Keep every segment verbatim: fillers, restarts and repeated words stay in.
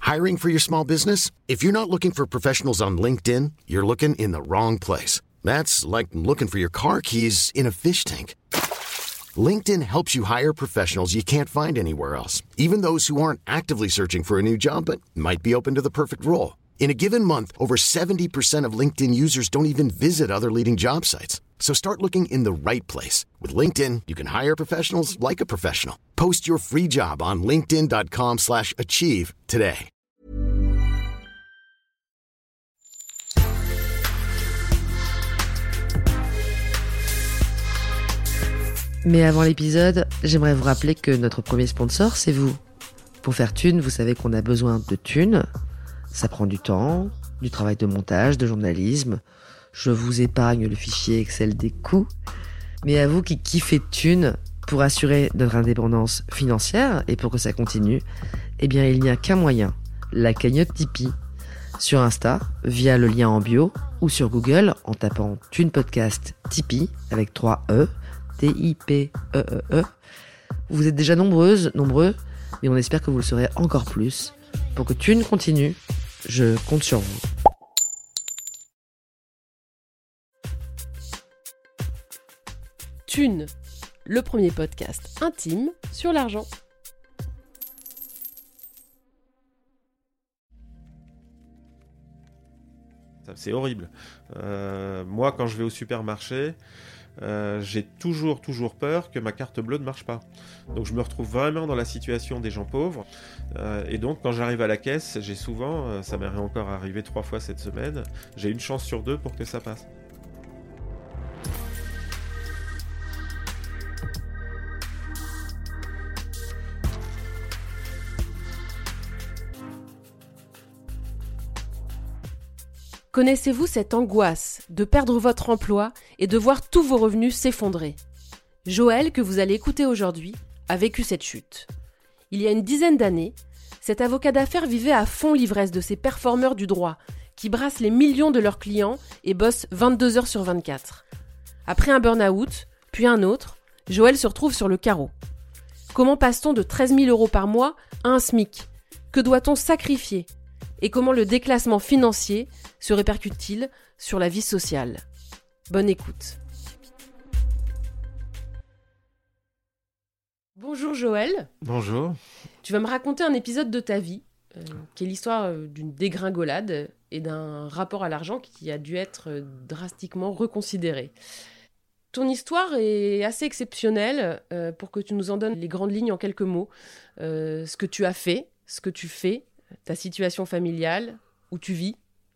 Hiring for your small business? If you're not looking for professionals on LinkedIn, you're looking in the wrong place. That's like looking for your car keys in a fish tank. LinkedIn helps you hire professionals you can't find anywhere else, even those who aren't actively searching for a new job but might be open to the perfect role. In a given month, over seventy percent of LinkedIn users don't even visit other leading job sites. So start looking in the right place. With LinkedIn, you can hire professionals like a professional. Post your free job on linkedin dot com slash achieve today. Mais avant l'épisode, j'aimerais vous rappeler que notre premier sponsor, c'est vous. Pour faire thune, vous savez qu'on a besoin de thunes. Ça prend du temps, du travail de montage, de journalisme. Je vous épargne le fichier Excel des coûts. Mais à vous qui kiffez thunes, pour assurer notre indépendance financière et pour que ça continue, eh bien il n'y a qu'un moyen, la cagnotte Tipeee. Sur Insta, via le lien en bio, ou sur Google en tapant Thune Podcast Tipeee avec trois E, T I P E E E. Vous êtes déjà nombreuses, nombreux, mais on espère que vous le serez encore plus. Pour que Thune continue, je compte sur vous. Thune, le premier podcast intime sur l'argent. C'est horrible. Euh, moi, quand je vais au supermarché, euh, j'ai toujours, toujours peur que ma carte bleue ne marche pas. Donc, je me retrouve vraiment dans la situation des gens pauvres. Euh, et donc, quand j'arrive à la caisse, j'ai souvent, euh, ça m'est encore arrivé trois fois cette semaine, j'ai une chance sur deux pour que ça passe. Connaissez-vous cette angoisse de perdre votre emploi et de voir tous vos revenus s'effondrer ? Joël, que vous allez écouter aujourd'hui, a vécu cette chute. Il y a une dizaine d'années, cet avocat d'affaires vivait à fond l'ivresse de ces performeurs du droit qui brassent les millions de leurs clients et bossent vingt-deux heures sur vingt-quatre. Après un burn-out, puis un autre, Joël se retrouve sur le carreau. Comment passe-t-on de treize mille euros par mois à un SMIC ? Que doit-on sacrifier ? Et comment le déclassement financier se répercute-t-il sur la vie sociale ? Bonne écoute. Bonjour Joël. Bonjour. Tu vas me raconter un épisode de ta vie, euh, qui est l'histoire euh, d'une dégringolade et d'un rapport à l'argent qui a dû être euh, drastiquement reconsidéré. Ton histoire est assez exceptionnelle euh, pour que tu nous en donnes les grandes lignes en quelques mots. Euh, ce que tu as fait, ce que tu fais, ta situation familiale, où tu vis.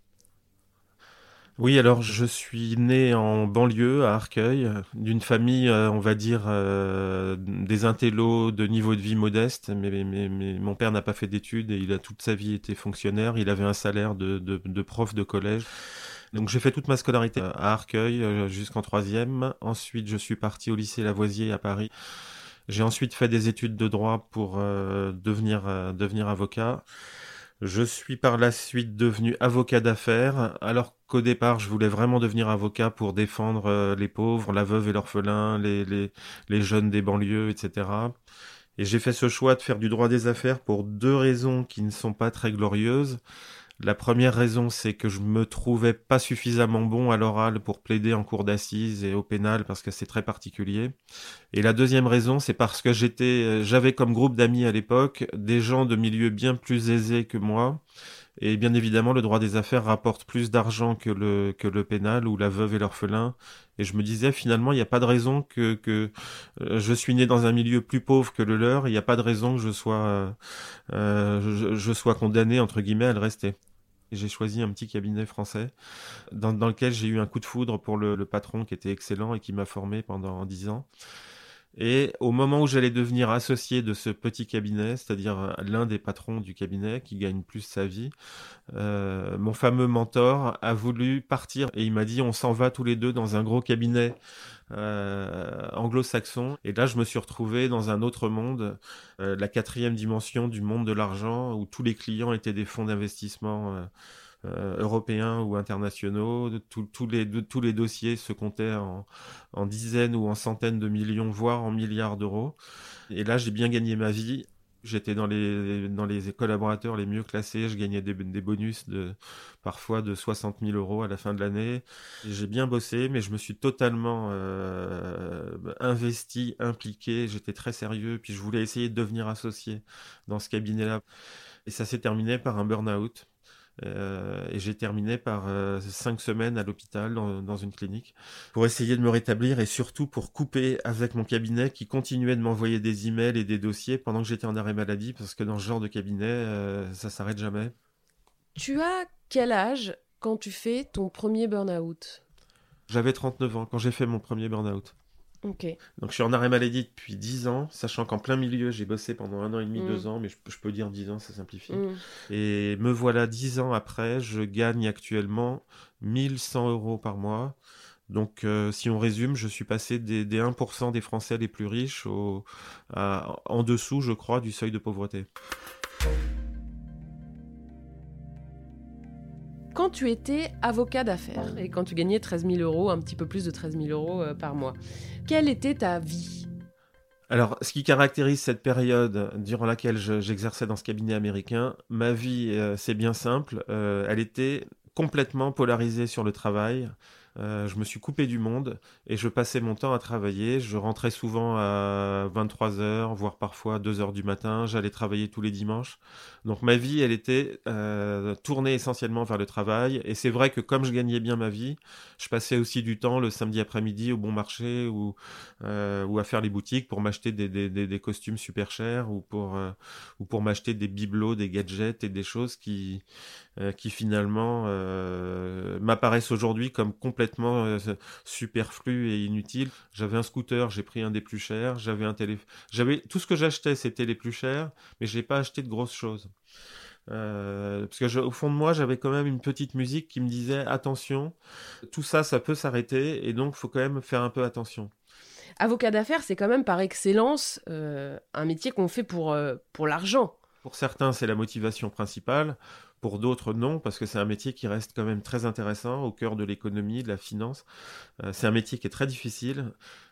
Oui, alors je suis né en banlieue, à Arcueil, d'une famille, euh, on va dire, euh, des intellos de niveau de vie modeste, mais, mais, mais mon père n'a pas fait d'études et il a toute sa vie été fonctionnaire, il avait un salaire de, de, de prof de collège. Donc j'ai fait toute ma scolarité à Arcueil euh, jusqu'en troisième, ensuite je suis parti au lycée Lavoisier à Paris. J'ai ensuite fait des études de droit pour euh, devenir, euh, devenir avocat. Je suis par la suite devenu avocat d'affaires, alors qu'au départ, je voulais vraiment devenir avocat pour défendre euh, les pauvres, la veuve et l'orphelin, les, les, les jeunes des banlieues, et cetera. Et j'ai fait ce choix de faire du droit des affaires pour deux raisons qui ne sont pas très glorieuses. La première raison, c'est que je me trouvais pas suffisamment bon à l'oral pour plaider en cour d'assises et au pénal parce que c'est très particulier. Et la deuxième raison, c'est parce que j'étais, j'avais comme groupe d'amis à l'époque des gens de milieux bien plus aisés que moi. Et bien évidemment, le droit des affaires rapporte plus d'argent que le, que le pénal ou la veuve et l'orphelin. Et je me disais, finalement, il n'y a pas de raison que, que euh, je suis né dans un milieu plus pauvre que le leur. Il n'y a pas de raison que je sois, euh, je, je sois condamné, entre guillemets, à le rester. Et j'ai choisi un petit cabinet français dans, dans lequel j'ai eu un coup de foudre pour le, le patron qui était excellent et qui m'a formé pendant dix ans. Et au moment où j'allais devenir associé de ce petit cabinet, c'est-à-dire l'un des patrons du cabinet qui gagne plus sa vie, euh, mon fameux mentor a voulu partir et il m'a dit on s'en va tous les deux dans un gros cabinet euh, anglo-saxon. Et là, je me suis retrouvé dans un autre monde, euh, la quatrième dimension du monde de l'argent, où tous les clients étaient des fonds d'investissement euh, Euh, européens ou internationaux, tous tous les, de, tous les dossiers se comptaient en, en dizaines ou en centaines de millions, voire en milliards d'euros. Et là, j'ai bien gagné ma vie J'étais dans les, dans les collaborateurs les mieux classés, je gagnais des, des bonus de, parfois de soixante mille euros à la fin de l'année. J'ai bien bossé, mais je me suis totalement euh, investi, impliqué, j'étais très sérieux, puis je voulais essayer de devenir associé dans ce cabinet-là. Et ça s'est terminé par un burn-out. Euh, et j'ai terminé par euh, cinq semaines à l'hôpital dans, dans une clinique pour essayer de me rétablir et surtout pour couper avec mon cabinet qui continuait de m'envoyer des emails et des dossiers pendant que j'étais en arrêt maladie, parce que dans ce genre de cabinet euh, ça s'arrête jamais. Tu as quel âge quand tu fais ton premier burn-out ? J'avais trente-neuf ans quand j'ai fait mon premier burn-out. Ok. Donc je suis en arrêt maladie depuis dix ans, sachant qu'en plein milieu j'ai bossé pendant un an et demi, mmh. deux ans, mais je, je peux dire dix ans, ça simplifie. Mmh. Et me voilà dix ans après, je gagne actuellement mille cent euros par mois. Donc euh, si on résume, je suis passé des, des un pour cent des Français les plus riches au, à, en dessous, je crois, du seuil de pauvreté. Quand tu étais avocat d'affaires et quand tu gagnais treize mille euros, un petit peu plus de treize mille euros euh, par mois, quelle était ta vie ? Alors, ce qui caractérise cette période durant laquelle je, j'exerçais dans ce cabinet américain, ma vie, euh, c'est bien simple, euh, elle était complètement polarisée sur le travail. Euh, je me suis coupé du monde et je passais mon temps à travailler. Je rentrais souvent à vingt-trois heures, voire parfois deux heures du matin. J'allais travailler tous les dimanches. Donc ma vie, elle était euh, tournée essentiellement vers le travail. Et c'est vrai que comme je gagnais bien ma vie, je passais aussi du temps le samedi après-midi au bon marché ou, euh, ou à faire les boutiques pour m'acheter des, des, des, des costumes super chers ou pour, euh, ou pour m'acheter des bibelots, des gadgets et des choses qui, euh, qui finalement euh, m'apparaissent aujourd'hui comme complètement complètement euh, superflu et inutile. J'avais un scooter, j'ai pris un des plus chers. J'avais un téléphone. J'avais tout ce que j'achetais, c'était les plus chers, mais j'ai pas acheté de grosses choses. Euh, parce que je, au fond de moi, j'avais quand même une petite musique qui me disait attention, tout ça, ça peut s'arrêter, et donc faut quand même faire un peu attention. Avocat d'affaires, c'est quand même par excellence euh, un métier qu'on fait pour euh, pour l'argent. Pour certains, c'est la motivation principale. Pour d'autres, non, parce que c'est un métier qui reste quand même très intéressant, au cœur de l'économie, de la finance. Euh, c'est un métier qui est très difficile,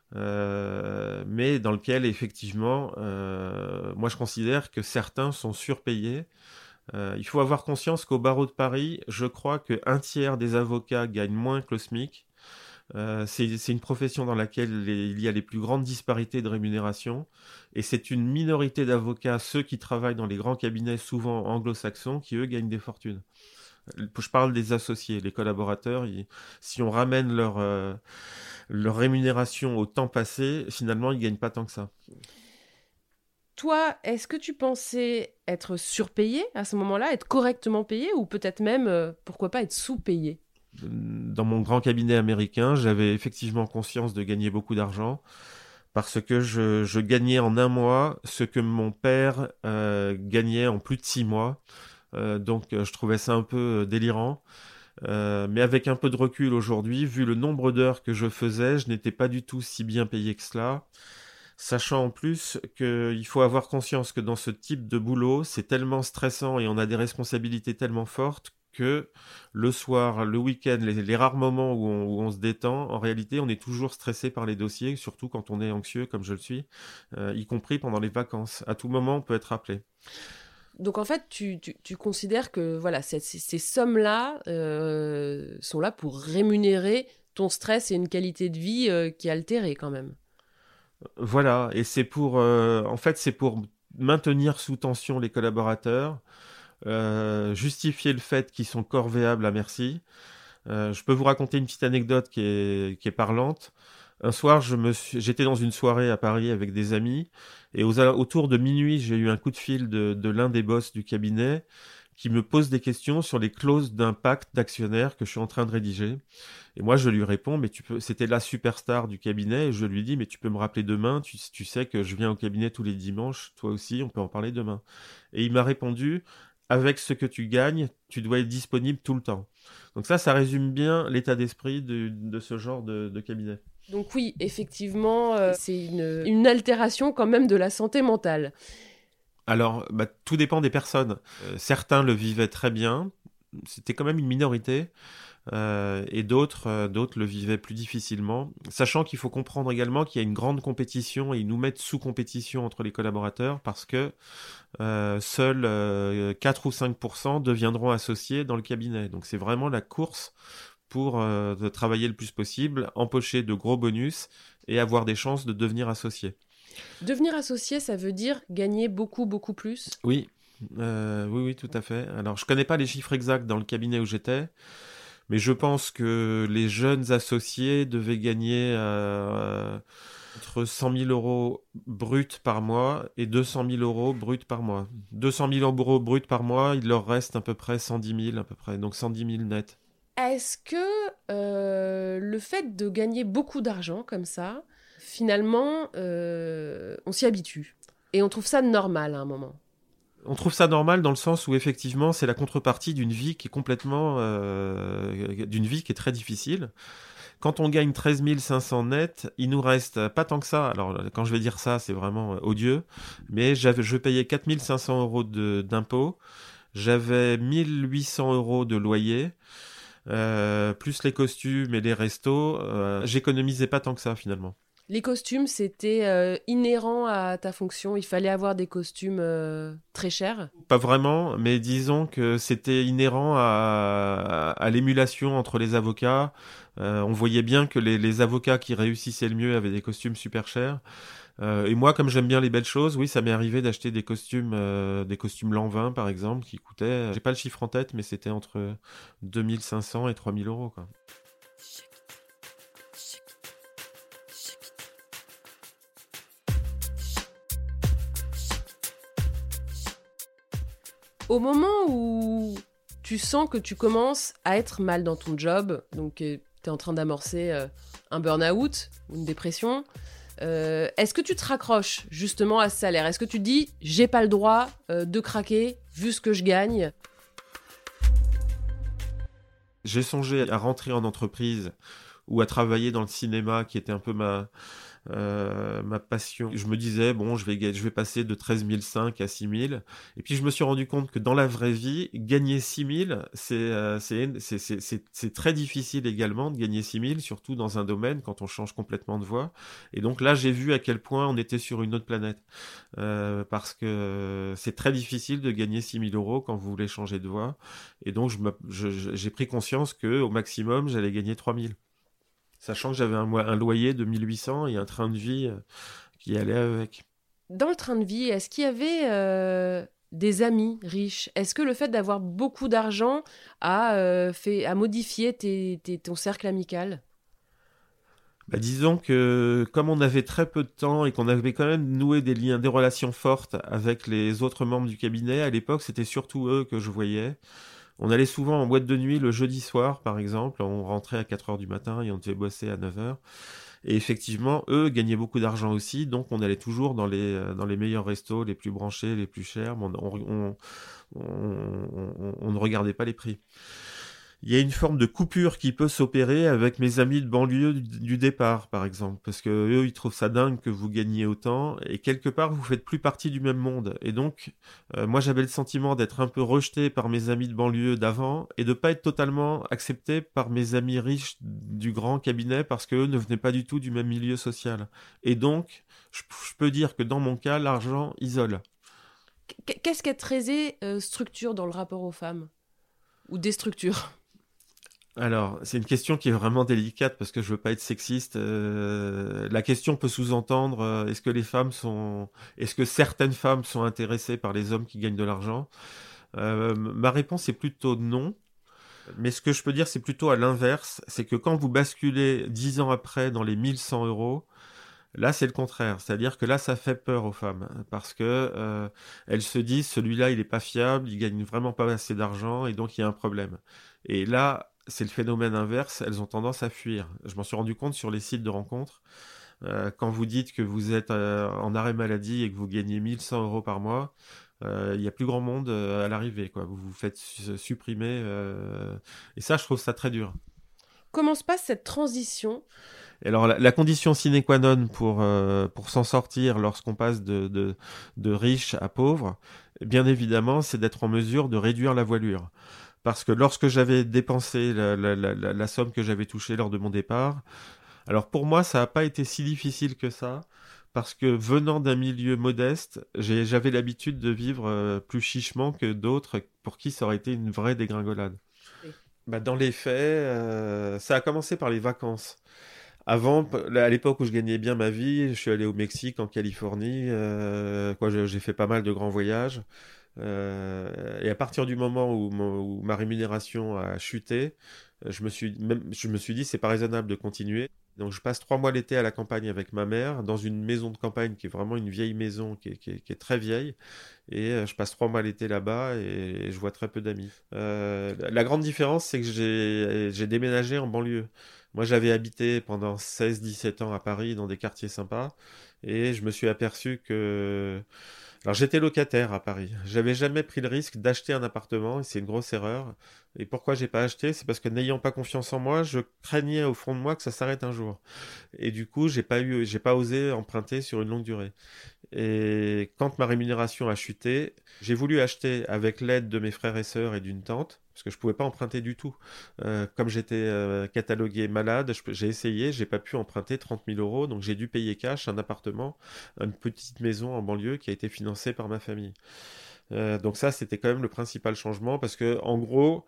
euh, mais dans lequel, effectivement, euh, moi je considère que certains sont surpayés. Euh, il faut avoir conscience qu'au barreau de Paris, je crois qu'un tiers des avocats gagnent moins que le SMIC. Euh, c'est, c'est une profession dans laquelle les, il y a les plus grandes disparités de rémunération, et c'est une minorité d'avocats, ceux qui travaillent dans les grands cabinets souvent anglo-saxons, qui eux gagnent des fortunes. Je parle des associés, les collaborateurs, ils, si on ramène leur, euh, leur rémunération au temps passé, finalement ils gagnent pas tant que ça. Toi, est-ce que tu pensais être surpayé à ce moment-là, être correctement payé, ou peut-être même, euh, pourquoi pas, être sous-payé ? Dans mon grand cabinet américain, j'avais effectivement conscience de gagner beaucoup d'argent parce que je, je gagnais en un mois ce que mon père euh, gagnait en plus de six mois. Euh, donc euh, je trouvais ça un peu délirant. Euh, mais avec un peu de recul aujourd'hui, vu le nombre d'heures que je faisais, je n'étais pas du tout si bien payé que cela. Sachant en plus qu'il faut avoir conscience que dans ce type de boulot, c'est tellement stressant et on a des responsabilités tellement fortes que le soir, le week-end, les, les rares moments où on, où on se détend, en réalité, on est toujours stressé par les dossiers, surtout quand on est anxieux, comme je le suis, euh, y compris pendant les vacances. À tout moment, on peut être appelé. Donc en fait, tu, tu, tu considères que voilà, ces, ces, ces sommes-là euh, sont là pour rémunérer ton stress et une qualité de vie euh, qui est altérée quand même. Voilà, et c'est pour, euh, en fait, c'est pour maintenir sous tension les collaborateurs, euh, justifier le fait qu'ils sont corvéables à merci. Euh, je peux vous raconter une petite anecdote qui est, qui est parlante. Un soir, je me suis, j'étais dans une soirée à Paris avec des amis, et aux, autour de minuit, j'ai eu un coup de fil de, de l'un des boss du cabinet qui me pose des questions sur les clauses d'un pacte d'actionnaires que je suis en train de rédiger. Et moi, je lui réponds, mais tu peux, c'était la superstar du cabinet, et je lui dis, mais tu peux me rappeler demain, tu, tu sais que je viens au cabinet tous les dimanches, toi aussi, on peut en parler demain. Et il m'a répondu, avec ce que tu gagnes, tu dois être disponible tout le temps. Donc ça, ça résume bien l'état d'esprit de, de ce genre de, de cabinet. Donc oui, effectivement, euh, c'est une, une altération quand même de la santé mentale. Alors, bah, tout dépend des personnes. Euh, certains le vivaient très bien, c'était quand même une minorité. Euh, et d'autres, euh, d'autres le vivaient plus difficilement, sachant qu'il faut comprendre également qu'il y a une grande compétition et ils nous mettent sous compétition entre les collaborateurs parce que euh, seuls euh, quatre ou cinq pour cent deviendront associés dans le cabinet. Donc c'est vraiment la course pour euh, de travailler le plus possible, empocher de gros bonus et avoir des chances de devenir associé. Devenir associé, ça veut dire gagner beaucoup, beaucoup plus ? Oui, euh, oui, oui, tout à fait. Alors je connais pas les chiffres exacts dans le cabinet où j'étais. Mais je pense que les jeunes associés devaient gagner euh, entre cent mille euros bruts par mois et deux cent mille euros bruts par mois. deux cent mille euros bruts par mois, il leur reste à peu près cent dix mille, à peu près, donc cent dix mille net. Est-ce que euh, le fait de gagner beaucoup d'argent comme ça, finalement, euh, on s'y habitue et on trouve ça normal à un moment ? On trouve ça normal dans le sens où effectivement c'est la contrepartie d'une vie qui est complètement euh, d'une vie qui est très difficile. Quand on gagne treize mille cinq cents net, il nous reste pas tant que ça. Alors quand je vais dire ça, c'est vraiment odieux, mais j'avais, je payais quatre mille cinq cents euros de, d'impôts, j'avais mille huit cents euros de loyer, euh, plus les costumes et les restos. Euh, j'économisais pas tant que ça finalement. Les costumes, c'était euh, inhérent à ta fonction. Il fallait avoir des costumes euh, très chers. Pas vraiment, mais disons que c'était inhérent à, à, à l'émulation entre les avocats. Euh, on voyait bien que les, les avocats qui réussissaient le mieux avaient des costumes super chers. Euh, et moi, comme j'aime bien les belles choses, oui, ça m'est arrivé d'acheter des costumes, euh, des costumes Lanvin, par exemple, qui coûtaient, j'ai pas le chiffre en tête, mais c'était entre deux mille cinq cents et trois mille euros, quoi. Au moment où tu sens que tu commences à être mal dans ton job, donc tu es en train d'amorcer euh, un burn-out, une dépression, euh, est-ce que tu te raccroches justement à ce salaire ? Est-ce que tu te dis « j'ai pas le droit euh, de craquer vu ce que je gagne » ? J'ai songé à rentrer en entreprise ou à travailler dans le cinéma qui était un peu ma... Euh, ma passion. Je me disais, bon, je vais, je vais passer de treize mille cinq à six mille. Et puis, je me suis rendu compte que dans la vraie vie, gagner six mille, c'est, euh, c'est, c'est, c'est, c'est, c'est très difficile également de gagner six mille, surtout dans un domaine quand on change complètement de voie. Et donc là, j'ai vu à quel point on était sur une autre planète. Euh, parce que c'est très difficile de gagner six mille euros quand vous voulez changer de voie. Et donc, je, je, j'ai pris conscience qu'au maximum, j'allais gagner trois mille. Sachant que j'avais un, un loyer de mille huit cents et un train de vie qui allait avec. Dans le train de vie, est-ce qu'il y avait euh, des amis riches ? Est-ce que le fait d'avoir beaucoup d'argent a, euh, fait, a modifié tes, tes, ton cercle amical ? Bah, disons que comme on avait très peu de temps et qu'on avait quand même noué des liens, des relations fortes avec les autres membres du cabinet, à l'époque, c'était surtout eux que je voyais. On allait souvent en boîte de nuit le jeudi soir, par exemple. On rentrait à quatre heures du matin et on devait bosser à neuf heures. Et effectivement, eux gagnaient beaucoup d'argent aussi. Donc, on allait toujours dans les, dans les meilleurs restos, les plus branchés, les plus chers. On, on, on, on, on, on ne regardait pas les prix. Il y a une forme de coupure qui peut s'opérer avec mes amis de banlieue du, du départ, par exemple, parce que eux, ils trouvent ça dingue que vous gagniez autant, et quelque part, vous faites plus partie du même monde. Et donc, euh, moi, j'avais le sentiment d'être un peu rejeté par mes amis de banlieue d'avant, et de pas être totalement accepté par mes amis riches du grand cabinet, parce qu'eux ne venaient pas du tout du même milieu social. Et donc, je, je peux dire que dans mon cas, l'argent isole. Qu'est-ce qu'être aisé euh, structure dans le rapport aux femmes ? Ou déstructure ? Alors, c'est une question qui est vraiment délicate parce que je veux pas être sexiste. Euh, la question peut sous-entendre euh, est-ce que les femmes sont, est-ce que certaines femmes sont intéressées par les hommes qui gagnent de l'argent ? euh, Ma réponse est plutôt non. Mais ce que je peux dire, c'est plutôt à l'inverse, c'est que quand vous basculez dix ans après dans les mille cent euros, là, c'est le contraire. C'est-à-dire que là, ça fait peur aux femmes parce que euh, elles se disent celui-là, il est pas fiable, il gagne vraiment pas assez d'argent et donc il y a un problème. Et là, c'est le phénomène inverse, elles ont tendance à fuir. Je m'en suis rendu compte sur les sites de rencontres. Euh, quand vous dites que vous êtes euh, en arrêt maladie et que vous gagnez mille cent euros par mois, euh, il y a plus grand monde euh, à l'arrivée, quoi. Vous vous faites su- supprimer. Euh... Et ça, je trouve ça très dur. Comment se passe cette transition ? Alors, la, la condition sine qua non pour, euh, pour s'en sortir lorsqu'on passe de, de, de riche à pauvre, bien évidemment, c'est d'être en mesure de réduire la voilure. Parce que lorsque j'avais dépensé la, la, la, la, la somme que j'avais touchée lors de mon départ, alors pour moi, ça n'a pas été si difficile que ça, parce que venant d'un milieu modeste, j'ai, j'avais l'habitude de vivre euh, plus chichement que d'autres pour qui ça aurait été une vraie dégringolade. Oui. Bah, dans les faits, euh, ça a commencé par les vacances. Avant, à l'époque où je gagnais bien ma vie, je suis allé au Mexique, en Californie, euh, quoi, j'ai fait pas mal de grands voyages. Euh, et à partir du moment où, mon, où ma rémunération a chuté, je me suis, même, je me suis dit c'est pas raisonnable de continuer. Donc je passe trois mois l'été à la campagne avec ma mère, dans une maison de campagne qui est vraiment une vieille maison, qui est, qui est, qui est très vieille. Et je passe trois mois l'été là-bas et, et je vois très peu d'amis. Euh, la grande différence, c'est que j'ai, j'ai déménagé en banlieue. Moi, j'avais habité pendant seize dix-sept ans à Paris, dans des quartiers sympas. Et je me suis aperçu que... Alors, j'étais locataire à Paris. J'avais jamais pris le risque d'acheter un appartement, et c'est une grosse erreur. Et pourquoi j'ai pas acheté? C'est parce que n'ayant pas confiance en moi, je craignais au fond de moi que ça s'arrête un jour. Et du coup, j'ai pas eu, j'ai pas osé emprunter sur une longue durée. Et quand ma rémunération a chuté, j'ai voulu acheter avec l'aide de mes frères et sœurs et d'une tante, parce que je pouvais pas emprunter du tout. Euh, comme j'étais euh, catalogué malade, je, j'ai essayé, j'ai pas pu emprunter trente mille euros, donc j'ai dû payer cash un appartement, une petite maison en banlieue qui a été financée par ma famille. Euh, donc ça, c'était quand même le principal changement, parce que en gros,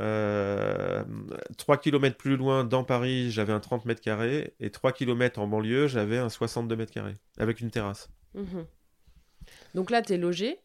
euh, trois kilomètres plus loin, dans Paris, j'avais un trente mètres carrés, et trois kilomètres en banlieue, j'avais un soixante-deux mètres carrés, avec une terrasse. Mmh. Donc là, tu es logé?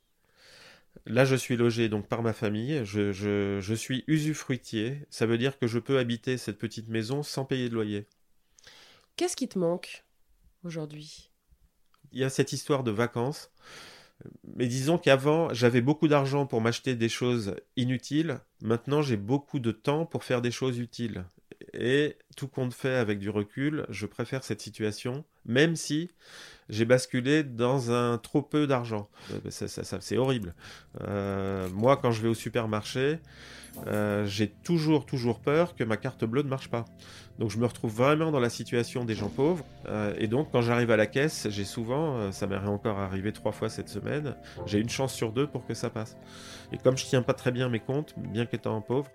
Là, je suis logé donc par ma famille. Je, je, je suis usufruitier. Ça veut dire que je peux habiter cette petite maison sans payer de loyer. Qu'est-ce qui te manque aujourd'hui? Il y a cette histoire de vacances. Mais disons qu'avant, j'avais beaucoup d'argent pour m'acheter des choses inutiles. Maintenant, j'ai beaucoup de temps pour faire des choses utiles. Et tout compte fait, avec du recul, je préfère cette situation, même si j'ai basculé dans un trop peu d'argent. Ça, ça, ça, c'est horrible. Euh, moi, quand je vais au supermarché, euh, j'ai toujours, toujours peur que ma carte bleue ne marche pas. Donc je me retrouve vraiment dans la situation des gens pauvres. Euh, et donc, quand j'arrive à la caisse, j'ai souvent, euh, ça m'est encore arrivé trois fois cette semaine, j'ai une chance sur deux pour que ça passe. Et comme je tiens pas très bien mes comptes, bien qu'étant pauvre,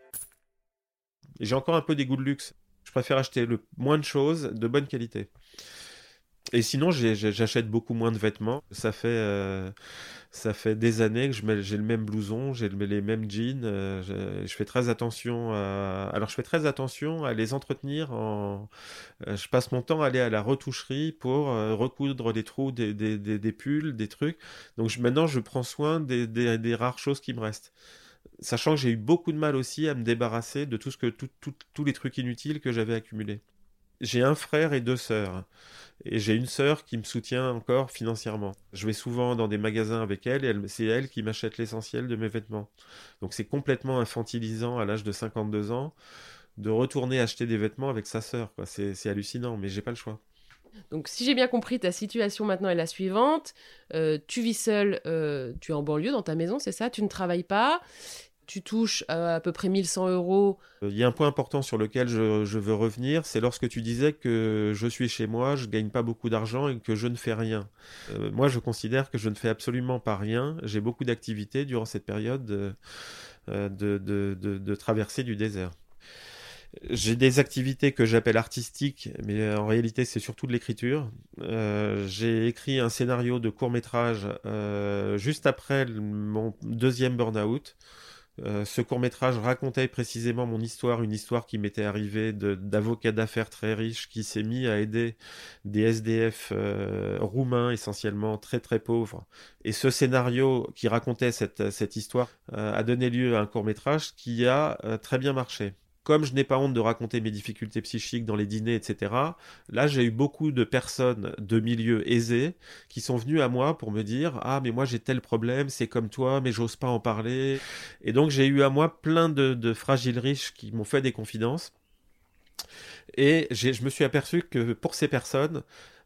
et j'ai encore un peu des goûts de luxe. Je préfère acheter le moins de choses de bonne qualité. Et sinon, j'ai, j'achète beaucoup moins de vêtements. Ça fait, euh, ça fait des années que je mets, j'ai le même blouson, j'ai le, les mêmes jeans. Euh, je, je fais très attention à... Alors, je fais très attention à les entretenir. En... Euh, je passe mon temps à aller à la retoucherie pour euh, recoudre les trous des, des, des, des pulls, des trucs. Donc, je, maintenant, je prends soin des, des, des rares choses qui me restent. Sachant que j'ai eu beaucoup de mal aussi à me débarrasser de tout ce que, tout, tout, tous les trucs inutiles que j'avais accumulés. J'ai un frère et deux sœurs. Et j'ai une sœur qui me soutient encore financièrement. Je vais souvent dans des magasins avec elle et elle, c'est elle qui m'achète l'essentiel de mes vêtements. Donc c'est complètement infantilisant à l'âge de cinquante-deux ans de retourner acheter des vêtements avec sa sœur, quoi. C'est, c'est hallucinant, mais j'ai pas le choix. Donc, si j'ai bien compris, ta situation maintenant est la suivante. Euh, tu vis seul, euh, tu es en banlieue dans ta maison, c'est ça? Tu ne travailles pas, tu touches euh, à peu près mille cent euros. Il y a un point important sur lequel je, je veux revenir, c'est lorsque tu disais que je suis chez moi, je ne gagne pas beaucoup d'argent et que je ne fais rien. Euh, moi, je considère que je ne fais absolument pas rien. J'ai beaucoup d'activités durant cette période de, de, de, de, de traversée du désert. J'ai des activités que j'appelle artistiques, mais en réalité c'est surtout de l'écriture. Euh, j'ai écrit un scénario de court-métrage euh, juste après le, mon deuxième burn-out. Euh, ce court-métrage racontait précisément mon histoire, une histoire qui m'était arrivée de, d'avocat d'affaires très riche qui s'est mis à aider des S D F euh, roumains essentiellement très très pauvres. Et ce scénario qui racontait cette, cette histoire euh, a donné lieu à un court-métrage qui a euh, très bien marché. Comme je n'ai pas honte de raconter mes difficultés psychiques dans les dîners, et cetera, là, j'ai eu beaucoup de personnes de milieux aisés qui sont venues à moi pour me dire « Ah, mais moi, j'ai tel problème, c'est comme toi, mais j'ose pas en parler. » Et donc, j'ai eu à moi plein de, de fragiles riches qui m'ont fait des confidences. Et j'ai, je me suis aperçu que pour ces personnes,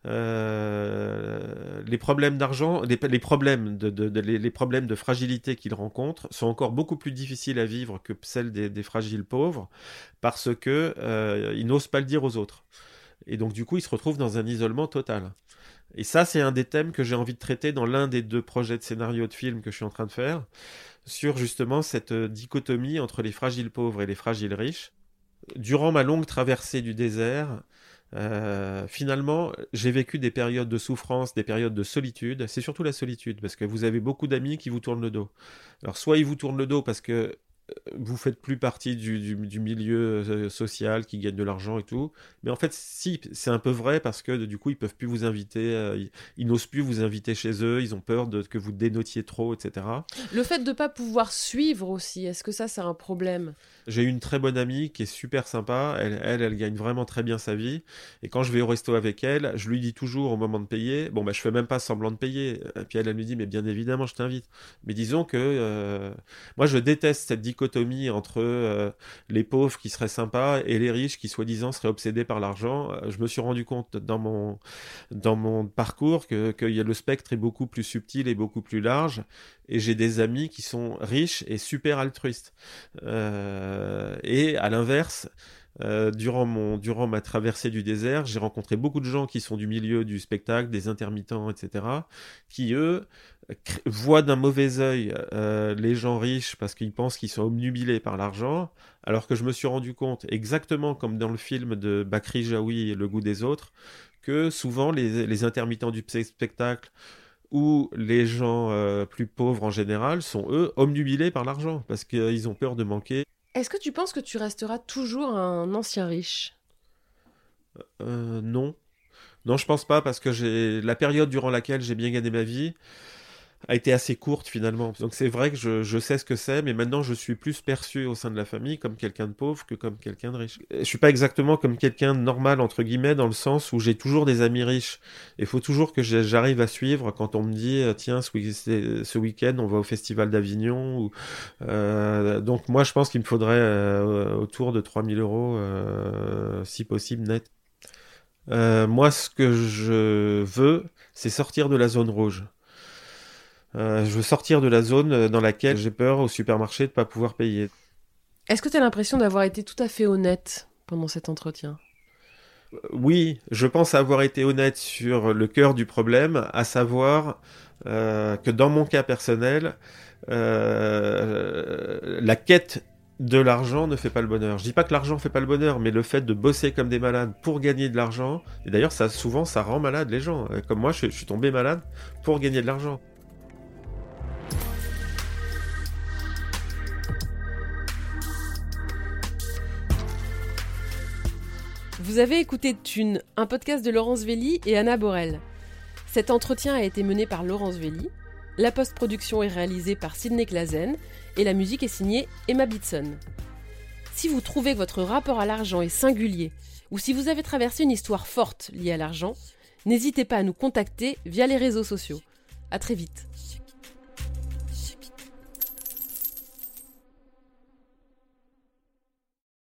Euh, les problèmes d'argent, les, les problèmes de, de, de les, les problèmes de fragilité qu'ils rencontrent sont encore beaucoup plus difficiles à vivre que celles des, des fragiles pauvres parce que euh, ils n'osent pas le dire aux autres. Et donc du coup, ils se retrouvent dans un isolement total. Et ça, c'est un des thèmes que j'ai envie de traiter dans l'un des deux projets de scénario de film que je suis en train de faire, sur justement cette dichotomie entre les fragiles pauvres et les fragiles riches. Durant ma longue traversée du désert, euh, finalement, j'ai vécu des périodes de souffrance, des périodes de solitude. C'est surtout la solitude, parce que vous avez beaucoup d'amis qui vous tournent le dos. Alors, soit ils vous tournent le dos parce que vous faites plus partie du, du, du milieu social qui gagne de l'argent et tout, mais en fait si, c'est un peu vrai parce que du coup ils peuvent plus vous inviter, euh, ils, ils n'osent plus vous inviter chez eux, ils ont peur de, que vous dénotiez trop, et cetera. Le fait de ne pas pouvoir suivre aussi, est-ce que ça c'est un problème ? J'ai une très bonne amie qui est super sympa, elle, elle, elle gagne vraiment très bien sa vie, et quand je vais au resto avec elle, je lui dis toujours au moment de payer, bon bah je fais même pas semblant de payer, et puis elle, elle me dit mais bien évidemment je t'invite, mais disons que euh, moi je déteste cette dichotomie entre euh, les pauvres qui seraient sympas et les riches qui soi-disant seraient obsédés par l'argent. Je me suis rendu compte dans mon, dans mon parcours que, que le spectre est beaucoup plus subtil et beaucoup plus large, et j'ai des amis qui sont riches et super altruistes. Euh, et à l'inverse, Euh, durant, mon, durant ma traversée du désert, j'ai rencontré beaucoup de gens qui sont du milieu du spectacle, des intermittents, et cetera, qui, eux, cr- voient d'un mauvais œil euh, les gens riches parce qu'ils pensent qu'ils sont obnubilés par l'argent, alors que je me suis rendu compte, exactement comme dans le film de Bakri Jaoui, Le goût des autres, que souvent les, les intermittents du spectacle ou les gens euh, plus pauvres en général sont, eux, obnubilés par l'argent parce qu'ils ont peur de manquer. Est-ce que tu penses que tu resteras toujours un ancien riche ? Euh, non. Non, je pense pas, parce que j'ai la période durant laquelle j'ai bien gagné ma vie a été assez courte finalement. Donc c'est vrai que je, je sais ce que c'est, mais maintenant je suis plus perçu au sein de la famille comme quelqu'un de pauvre que comme quelqu'un de riche. Je suis pas exactement comme quelqu'un de normal, entre guillemets, dans le sens où j'ai toujours des amis riches. Il faut toujours que j'arrive à suivre quand on me dit tiens, ce, week- ce week-end on va au festival d'Avignon. Ou, euh, donc moi je pense qu'il me faudrait euh, autour de trois mille euros, euh, si possible, net. Euh, moi ce que je veux, c'est sortir de la zone rouge. Euh, je veux sortir de la zone dans laquelle j'ai peur au supermarché de ne pas pouvoir payer. Est-ce que tu as l'impression d'avoir été tout à fait honnête pendant cet entretien ? Oui, je pense avoir été honnête sur le cœur du problème, à savoir euh, que dans mon cas personnel, euh, la quête de l'argent ne fait pas le bonheur. Je dis pas que l'argent fait pas le bonheur, mais le fait de bosser comme des malades pour gagner de l'argent, et d'ailleurs ça souvent ça rend malade les gens. Comme moi, je, je suis tombé malade pour gagner de l'argent. Vous avez écouté Thune, un podcast de Laurence Velli et Anna Borel. Cet entretien a été mené par Laurence Velli, la post-production est réalisée par Sidney Clazen et la musique est signée Emma Bitson. Si vous trouvez que votre rapport à l'argent est singulier ou si vous avez traversé une histoire forte liée à l'argent, n'hésitez pas à nous contacter via les réseaux sociaux. À très vite.